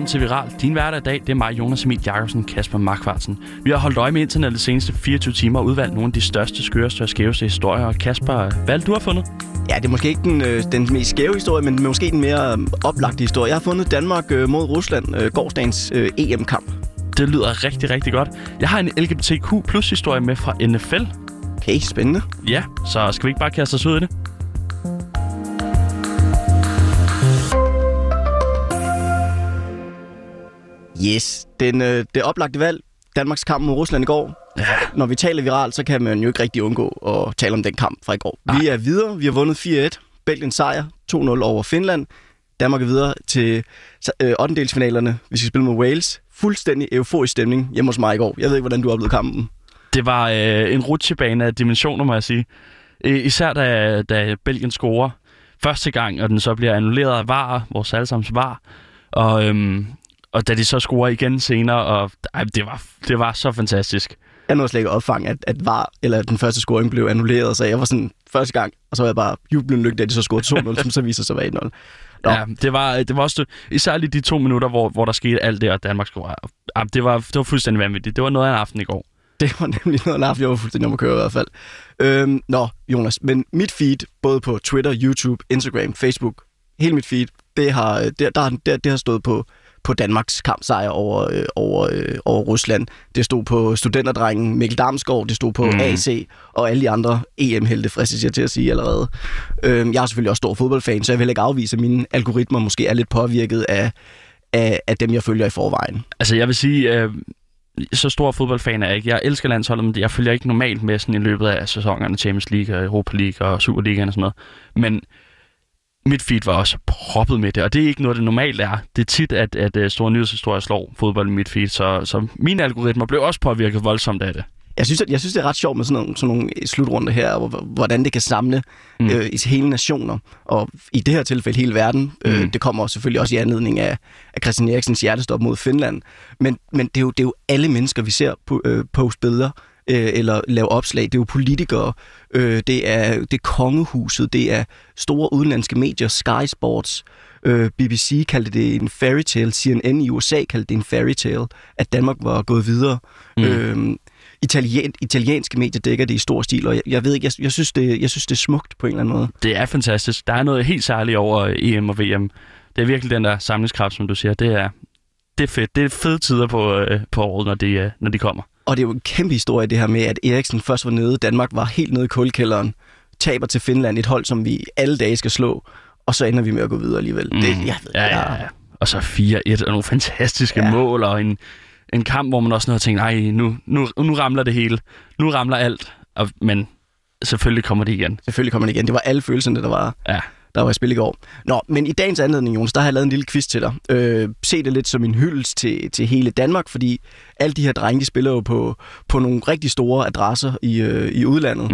til Viral. Din hverdag i dag, det er mig, Jonas Emil Jakobsen, Kasper Markvartsen. Vi har holdt øje med internettet de seneste 24 timer og udvalgt nogle af de største, skøreste og skæveste historier. Og Kasper, hvad du har fundet? Ja, det er måske ikke den mest skæve historie, men måske den mere oplagte historie. Jeg har fundet Danmark mod Rusland, gårsdagens EM-kamp. Det lyder rigtig, rigtig godt. Jeg har en LGBTQ+-historie med fra NFL. Okay, spændende. Ja, så skal vi ikke bare kaste os ud i det? Yes, det oplagte valg. Danmarks kamp mod Rusland i går. Ja. Når vi taler viralt, så kan man jo ikke rigtig undgå at tale om den kamp fra i går. Nej. Vi er videre. Vi har vundet 4-1. Belgien sejr 2-0 over Finland. Danmark er videre til 8-delsfinalerne. Vi skal spille mod Wales. Fuldstændig euforisk stemning hjemme hos mig i går. Jeg ved ikke, hvordan du oplevede kampen. Det var en rutsjebane af dimensioner, må jeg sige. Især da Belgien scorer første gang, og den så bliver annulleret af VAR, vores allesammens VAR. Og da de så scorer igen senere, og det var så fantastisk. Jeg nåede slet ikke opfang, at VAR, eller den første scoring blev annulleret, så jeg var sådan første gang, og så var jeg bare jublende lykkelig, at de så scorede 2-0, som så viser sig at være 1-0. Ja, det var også især lige de 2 minutter, hvor der skete alt det, og Danmark scorede. Det var fuldstændig vanvittigt. Det var noget af en aften i går. Det var nemlig noget af en aften, jeg var fuldstændig om at køre i hvert fald. Jonas, men mit feed, både på Twitter, YouTube, Instagram, Facebook, hele mit feed, det har stået på Danmarks kampsejr over Rusland. Det stod på studenterdrengen Mikkel Damsgaard, det stod på AC og alle de andre EM-helte, fristes jeg til at sige allerede. Jeg er selvfølgelig også stor fodboldfan, så jeg vil ikke afvise, at mine algoritmer måske er lidt påvirket af dem, jeg følger i forvejen. Altså jeg vil sige, så stor fodboldfan er jeg ikke. Jeg elsker landsholdet, men jeg følger ikke normalt med sådan i løbet af sæsonerne, Champions League og Europa League og Superligaen og sådan noget. Men mit feed var også proppet med det, og det er ikke noget, det normalt er. Det er tit, at store nyhedshistorier slår fodbold i mit feed, så mine algoritmer blev også påvirket voldsomt af det. Jeg synes, det er ret sjovt med sådan nogle slutrunder her, hvordan det kan samle hele nationer, og i det her tilfælde hele verden. Det kommer selvfølgelig også i anledning af Christian Eriksens hjertestop mod Finland. Men det er jo alle mennesker, vi ser poste billeder, eller lave opslag. Det er jo politikere, det er kongehuset, det er store udenlandske medier, Sky Sports, BBC kaldte det en fairy tale, CNN i USA kaldte det en fairy tale, at Danmark var gået videre. Italienske medier dækker det i stor stil, og jeg ved ikke, jeg synes det er smukt på en eller anden måde. Det er fantastisk. Der er noget helt særligt over EM og VM. Det er virkelig den der samlingskraft, som du siger. Det er fedt. Det er fede tider på året, når de kommer. Og det er jo en kæmpe historie, det her med, at Eriksen først var nede. Danmark var helt nede i kulkælderen. Taber til Finland, et hold, som vi alle dage skal slå. Og så ender vi med at gå videre alligevel. Ja. Og så 4-1 og nogle fantastiske mål, og en kamp, hvor man også har tænkt, nej, nu ramler det hele. Nu ramler alt. Men selvfølgelig kommer det igen. Det var alle følelserne, der var i spil i går. Nå, men i dagens anledning, Jonas, der har jeg lavet en lille quiz til dig. Se det lidt som en hyldest til hele Danmark, fordi alle de her drenge, de spiller jo på nogle rigtig store adresser i udlandet.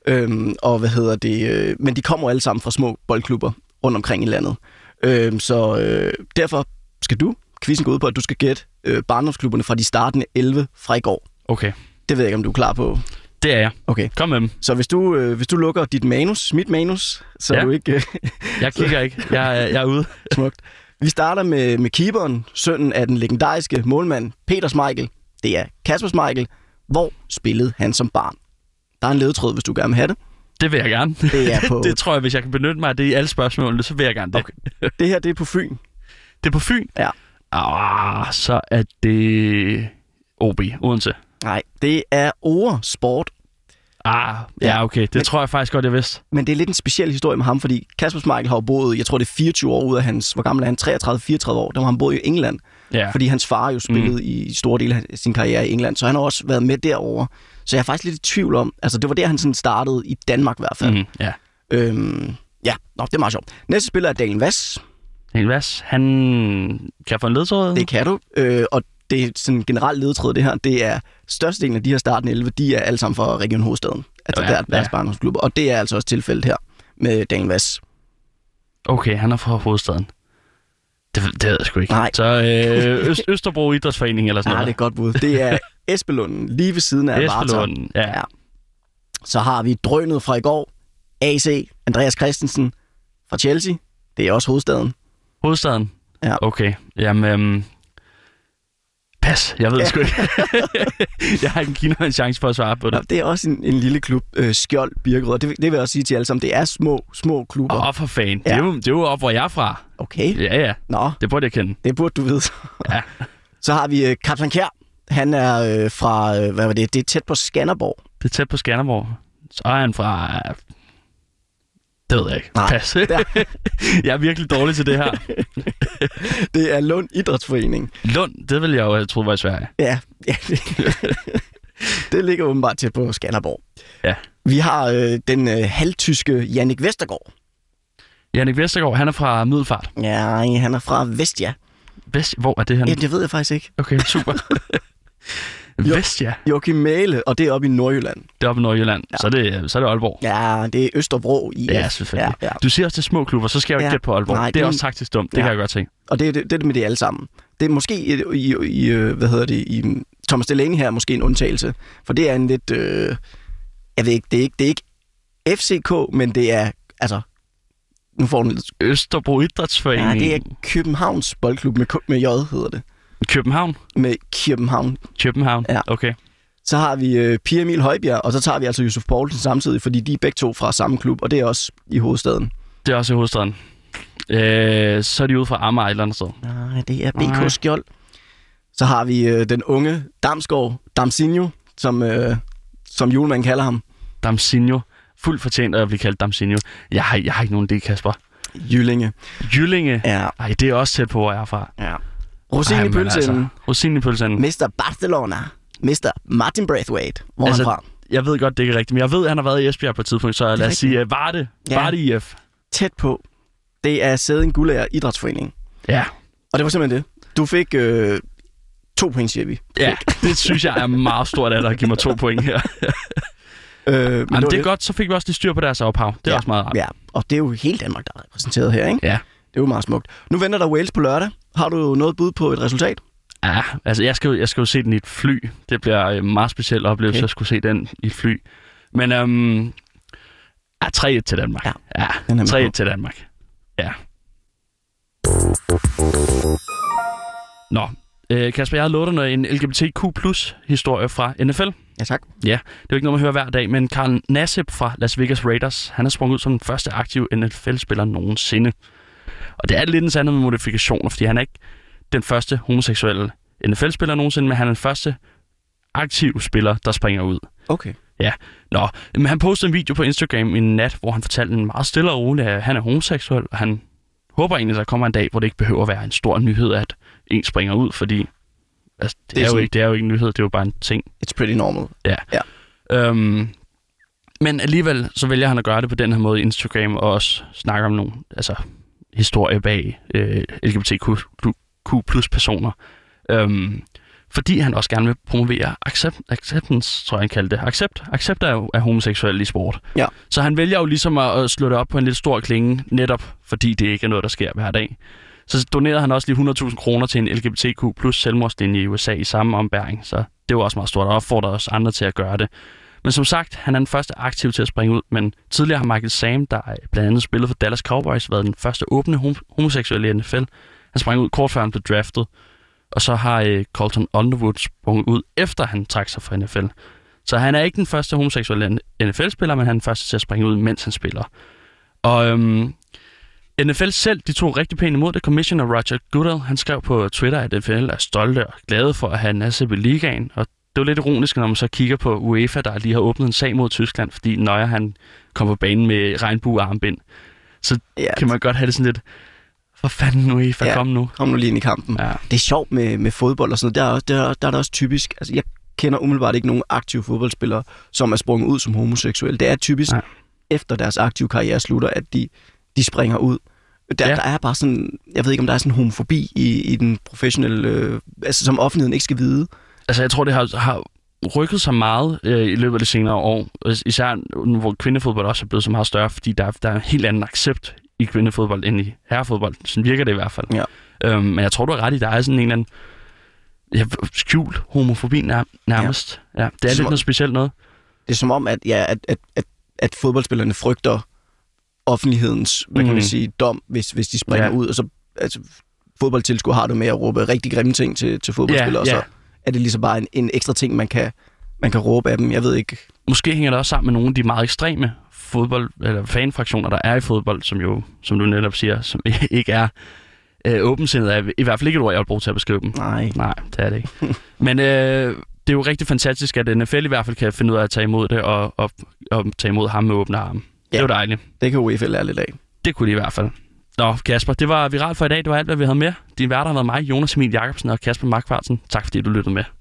Men de kommer alle sammen fra små boldklubber rundt omkring i landet. Så derfor skal quizzen gå ud på, at du skal gætte barndomsklubberne fra de startende 11 fra i går. Okay. Det ved jeg ikke, om du er klar på. Det er jeg. Okay. Kom med dem. Så hvis du lukker mit manus, så er du ikke... Jeg kigger ikke. Jeg er ude. Smukt. Vi starter med keeperen, sønnen af den legendariske målmand Peter Schmeichel. Det er Kasper Schmeichel. Hvor spillede han som barn? Der er en ledetråd, hvis du gerne vil have det. Det vil jeg gerne. Det tror jeg, hvis jeg kan benytte mig af det i alle spørgsmålene, så vil jeg gerne det. Okay. Det her, det er på Fyn. Det er på Fyn? Ja. Så er det OB, Odense. Nej, det er Ore Sport. Ja, okay. Det tror jeg faktisk godt, jeg vidste. Men det er lidt en speciel historie med ham, fordi Kasper Schmeichel har jo boet, jeg tror det er 24 år ud af hans, hvor gammel er han? 33-34 år. Der var han boet i England. Ja. Fordi hans far jo spillede i store dele af sin karriere i England, så han har også været med derovre. Så jeg er faktisk lidt i tvivl om, altså det var der, han sådan startede i Danmark i hvert fald. Ja. Det er meget sjovt. Næste spiller er Daniel Vass. Daniel Vass, han kan få en ledetråd? Det kan du, og det er sådan en generel ledetråd, det her. Det er størstedelen af de her startende 11, de er alle sammen fra Region Hovedstaden. Altså der er deres barndomsklubber, og det er altså også tilfældet her med Daniel Vass. Okay, han er fra Hovedstaden. Det ved jeg sgu ikke. Nej. Så Østerbro Idrætsforening eller sådan noget? Nej, det er godt bud. Det er Espelunden, lige ved siden af Varta. Espelunden, ja. Så har vi drønet fra i går. AC, Andreas Christensen fra Chelsea. Det er også Hovedstaden. Hovedstaden? Ja. Okay. Jamen, Pas, jeg ved sgu ikke. Jeg har ikke givet en chance for at svare på det. Nå, det er også en lille klub, Skjold Birkerød. Det vil jeg også sige til alle sammen. Det er små klubber. For fan. Ja. Det er jo op, hvor jeg er fra. Okay. Ja. Nå. Det burde jeg kende. Det burde du vide. Ja. Så har vi Kaptajn Kjær. Han er fra, hvad var det? Det er tæt på Skanderborg. Det er tæt på Skanderborg. Så er han fra... Det ved jeg ikke. Nej. Pas. Jeg er virkelig dårlig til det her. Det er Lund Idrætsforening. Lund, det vil jeg jo tro var i Sverige. Ja. Det ligger åbenbart tæt på Skanderborg. Ja. Vi har den halvtyske Jannik Vestergaard. Jannik Vestergaard, han er fra Middelfart. Ja, han er fra Vestia. Hvor er det henne? Ja, det ved jeg faktisk ikke. Okay, super. Vestia. Joachim Mæhle, og det er oppe i Nordjylland. Det er oppe i Nordjylland. Ja. Så er det Aalborg. Ja, det er Østervrå i. Ja, selvfølgelig. Ja. Du siger også, det er små klubber, så skal jeg jo ikke gætte på Aalborg. Nej, det er også taktisk dumt, det kan jeg godt se. Og det er det med det alle sammen. Det er måske i Thomas Delaney her måske en undtagelse, for det er en lidt jeg ved ikke, det er ikke FCK, men det er altså nu får den Østerbro Idrætsforening. Ja, det er Københavns Boldklub med J hedder det. København? Med København. Ja. Okay. Så har vi Pia Emil Højbjerg, og så tager vi altså Yusuf Poulsen samtidig, fordi de er begge to fra samme klub, og det er også i hovedstaden. Det er også i hovedstaden. Så er de ude fra Amager et eller andet sted. Nej, det er BK Skjold. Så har vi den unge Damsgaard, Damsinho, som julemanden kalder ham. Damsinho. Fuldt fortjent at blive kaldt Damsinho. Jeg har ikke nogen idé, Kasper. Jyllinge. Ja. Ej, det er også tæt på, hvor jeg er fra. Ja. Rosinen i pølsen. Rosinen i pølsen. Mr. Barcelona. Mr. Martin Braithwaite. Hvor er han fra? Jeg ved godt, det ikke er rigtigt, men jeg ved, at han har været i Esbjerg på et tidspunkt, så lad os sige, var det IF? Tæt på. Det er Sæding Guldager Idrætsforening. Ja. Og det var simpelthen det. Du fik 2 point, siger vi. Ja, det synes jeg er meget stort af dig at give mig 2 point her. Men det er godt, så fik vi også lidt styr på deres ophav. Det er også meget rart. Ja, og det er jo hele Danmark, der er repræsenteret her, ikke? Ja. Det er jo meget smukt. Nu venter der Wales på lørdag. Har du noget bud på et resultat? Ja, altså jeg skal jo se den i et fly. Det bliver en meget speciel oplevelse, at skulle se den i et fly. Men 3-1 til Danmark. Ja, 3-1 til Danmark. Ja. Nå, Kasper, jeg har lovet dig en LGBTQ+-historie fra NFL. Ja, tak. Ja, det er jo ikke noget, man hører hver dag, men Carl Nassib fra Las Vegas Raiders, han er sprunget ud som den første aktive NFL-spiller nogensinde. Og det er lidt en sandhed med modifikationer, fordi han er ikke den første homoseksuelle NFL-spiller nogensinde, men han er den første aktive spiller, der springer ud. Okay. Ja. Nå, men han postede en video på Instagram en nat, hvor han fortalte en meget stille og rolig, at han er homoseksuel, og han håber egentlig, at der kommer en dag, hvor det ikke behøver at være en stor nyhed, at en springer ud, fordi altså, det er jo ikke en nyhed, det er jo bare en ting. It's pretty normal. Ja. Men alligevel, så vælger han at gøre det på den her måde i Instagram, og også snakke om nogle historier bag LGBTQ+-personer. Fordi han også gerne vil promovere acceptance, tror jeg, han kalder det. Accept er homoseksuel i sport. Ja. Så han vælger jo ligesom at slå det op på en lidt stor klinge, netop fordi det ikke er noget, der sker hver dag. Så donerede han også lige 100.000 kroner til en LGBTQ+ selvmordslinje i USA i samme ombæring. Så det var også meget stort, og opfordrede også andre til at gøre det. Men som sagt, han er den første aktiv til at springe ud, men tidligere har Michael Sam, der blandt andet spillet for Dallas Cowboys, været den første åbne homoseksuelle i NFL. Han sprang ud kort før han blev draftet, og så har Colton Underwood sprunget ud, efter han trak sig fra NFL. Så han er ikke den første homoseksuelle NFL-spiller, men han er den første til at springe ud, mens han spiller. Og NFL selv, de tog rigtig pænt imod det. Commissioner Roger Goodell, han skrev på Twitter, at NFL er stolte og glade for at have Nassib i ligaen, og det var lidt ironisk, når man så kigger på UEFA, der lige har åbnet en sag mod Tyskland, fordi Neuer han kom på banen med regnbuearmbind. Så kan man godt have det sådan lidt, hvor fanden UEFA, kom nu. Kom nu lige ind i kampen. Ja. Det er sjovt med fodbold og sådan noget. Der er det også typisk. Altså, jeg kender umiddelbart ikke nogen aktive fodboldspillere, som er sprunget ud som homoseksuelle. Det er typisk efter deres aktive karriere slutter, at de springer ud. Der er bare sådan, jeg ved ikke, om der er sådan en homofobi i den professionelle, altså som offentligheden ikke skal vide. Altså, jeg tror, det har rykket sig meget i løbet af de senere år. Især hvor kvindefodbold også er blevet så meget større, fordi der er en helt anden accept i kvindefodbold end i herrefodbold. Sådan virker det i hvert fald. Ja. Men jeg tror, du har ret i, der er sådan en eller anden skjult homofobi nærmest. Ja. Det er lidt noget specielt noget. Det er som om, at fodboldspillerne frygter offentlighedens, hvad kan man sige, dom, hvis de springer ud. Og så, altså, fodboldtilskuere har det med at råbe rigtig grimme ting til fodboldspillere, og er det ligesom bare en ekstra ting, man kan råbe af dem? Jeg ved ikke. Måske hænger det også sammen med nogle af de meget ekstreme eller fanfraktioner, der er i fodbold, som du netop siger, som ikke er åbensindet af, i hvert fald ikke et ord, jeg vil bruge til at beskrive dem. Nej, det er det ikke. Men det er jo rigtig fantastisk, at NFL i hvert fald kan finde ud af at tage imod det, og tage imod ham med åbne arme. Ja, det er jo dejligt. Det kan UEFL lære lidt af. Det kunne de i hvert fald. Nå, Kasper, det var viralt for i dag. Det var alt, hvad vi havde med. Din værter har været mig, Jonas Emil Jacobsen og Kasper Markvartsen. Tak fordi du lyttede med.